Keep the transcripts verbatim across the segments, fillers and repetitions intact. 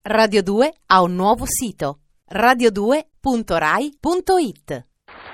Radio due ha un nuovo sito, radio due punto rai punto it.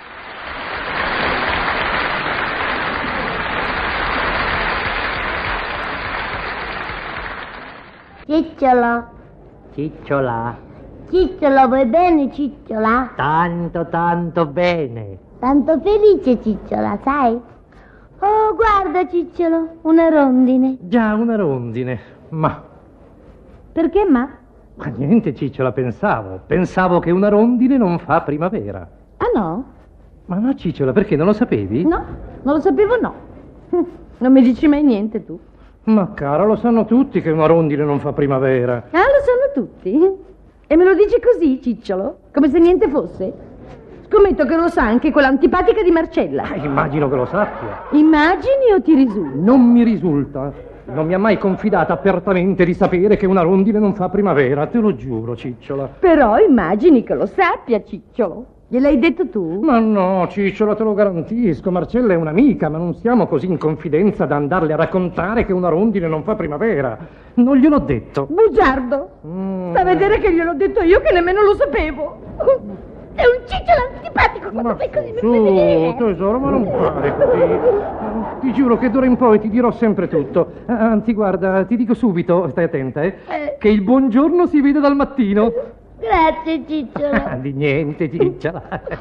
Cicciolo, Cicciola, Cicciolo, vuoi bene, Cicciola? tanto tanto bene. Tanto felice, Cicciola, sai? Oh, guarda, Cicciolo, una rondine. Già una rondine, ma... Perché, ma? Ma niente, Cicciola, pensavo. Pensavo che una rondine non fa primavera. Ah, no? Ma no, Cicciola, perché non lo sapevi? No, non lo sapevo, no. Non mi dici mai niente, tu. Ma cara, lo sanno tutti che una rondine non fa primavera. Ah, lo sanno tutti? E me lo dici così, Cicciolo? Come se niente fosse? Scommetto che lo sa anche quell'antipatica di Marcella. Ah, immagino che lo sappia. Immagini o ti risulta? Non mi risulta. Non mi ha mai confidata apertamente di sapere che una rondine non fa primavera, te lo giuro, Cicciola. Però immagini che lo sappia, Cicciolo. Gliel'hai detto tu? Ma no, Cicciola, te lo garantisco. Marcella è un'amica, ma non siamo così in confidenza da andarle a raccontare che una rondine non fa primavera. Non gliel'ho detto. Bugiardo! Mm. Sta a vedere che gliel'ho detto io che nemmeno lo sapevo. È un Cicciolo antipatico quando Ma fai così mi su, fai vedere. tesoro, ma non fare così. Ti giuro che d'ora in poi ti dirò sempre tutto. Anzi, guarda, ti dico subito, stai attenta, eh, Eh. che il buongiorno si vede dal mattino. Grazie, Cicciolo. Di niente, Cicciola.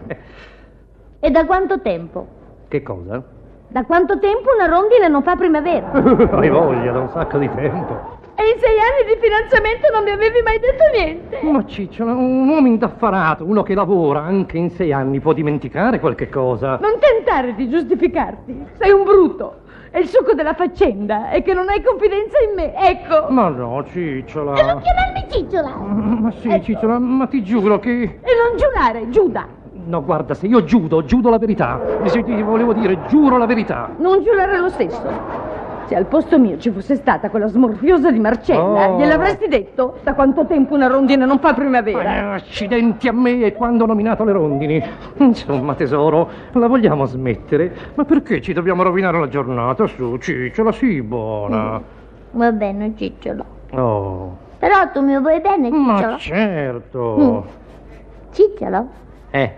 E da quanto tempo? Che cosa? Da quanto tempo una rondine non fa primavera? Hai voglia, da un sacco di tempo. E in sei anni di finanziamento non mi avevi mai detto niente. Ma Cicciola, un uomo indaffarato, uno che lavora anche in sei anni, può dimenticare qualche cosa. Non tentare di giustificarti. Sei un bruto. È il succo della faccenda. È che non hai confidenza in me. Ecco. Ma no, Cicciola. E non chiamarmi Cicciola. Ma sì, Cicciola, ma ti giuro che... E non giurare, Giuda. No, guarda, se io giudo, giudo la verità. Se ti volevo dire, giuro la verità. Non giurare lo stesso. Se al posto mio ci fosse stata quella smorfiosa di Marcella, Oh. gliel'avresti detto da quanto tempo una rondine non fa primavera? Eh, accidenti a me e quando ho nominato le rondini. Insomma, tesoro, la vogliamo smettere? Ma perché ci dobbiamo rovinare la giornata? Su, Cicciola, sii buona. Va bene, Cicciolo. Oh, Però tu mi vuoi bene, ma certo. Cicciolo? Eh,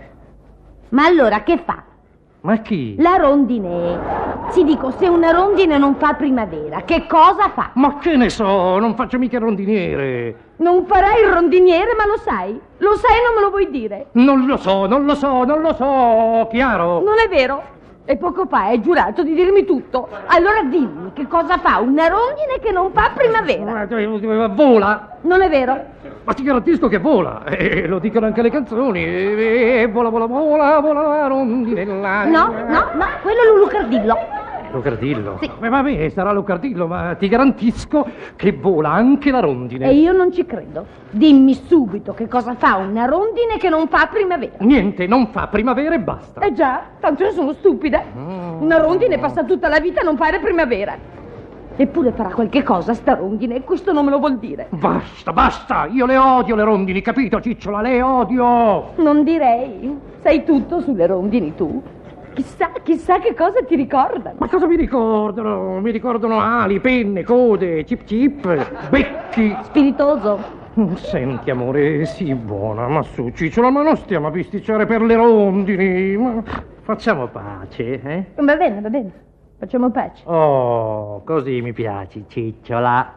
Ma allora che fa? ma chi? La rondine. Ti dico, se una rondine non fa primavera, che cosa fa? Ma che ne so, non faccio mica il rondiniere. Non farai il rondiniere, ma lo sai? Lo sai e non me lo vuoi dire? Non lo so, non lo so, non lo so, chiaro? Non è vero? E poco fa hai giurato di dirmi tutto. Allora dimmi, che cosa fa una rondine che non fa primavera? Ma vola? Non è vero? Ma ti garantisco che vola, e lo dicono anche le canzoni, e, e vola, vola, vola, vola la rondinella. No, no, no, quello è l'ulucardillo. Lucardillo? Sì. Ma vabbè, sarà Lucardillo, ma ti garantisco che vola anche la rondine. E io non ci credo. Dimmi subito che cosa fa una rondine che non fa primavera. Niente, non fa primavera e basta. Eh già, tanto io sono stupida. Mm. Una rondine passa tutta la vita a non fare primavera. Eppure farà qualche cosa sta rondine e questo non me lo vuol dire. Basta, basta, io le odio le rondini, capito, Cicciola, le odio. Non direi. Sai tutto sulle rondini tu. Chissà, chissà che cosa ti ricordano. Ma cosa mi ricordano? Mi ricordano ali, penne, code, cip cip, becchi. Spiritoso. Senti, amore, sii buona, ma su, Cicciola, ma non stiamo a bisticciare per le rondini. Ma facciamo pace, eh? Va bene, va bene. Facciamo pace. Oh, così mi piaci, Cicciola.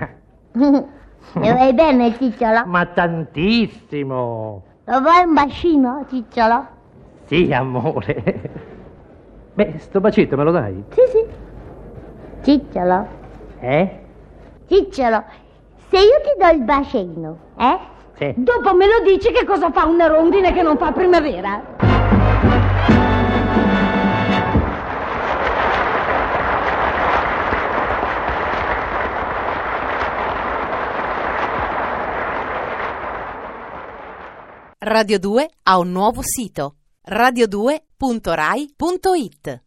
E vai bene, Cicciolo? Ma tantissimo. Lo vuoi un bacino, Cicciolo? Sì, amore. Beh, sto bacetto me lo dai? Sì, sì. Cicciolo? Eh? Cicciolo, se io ti do il bacino, eh? Sì. Dopo me lo dici che cosa fa una rondine che non fa primavera? Radio due ha un nuovo sito, radio due punto rai punto it.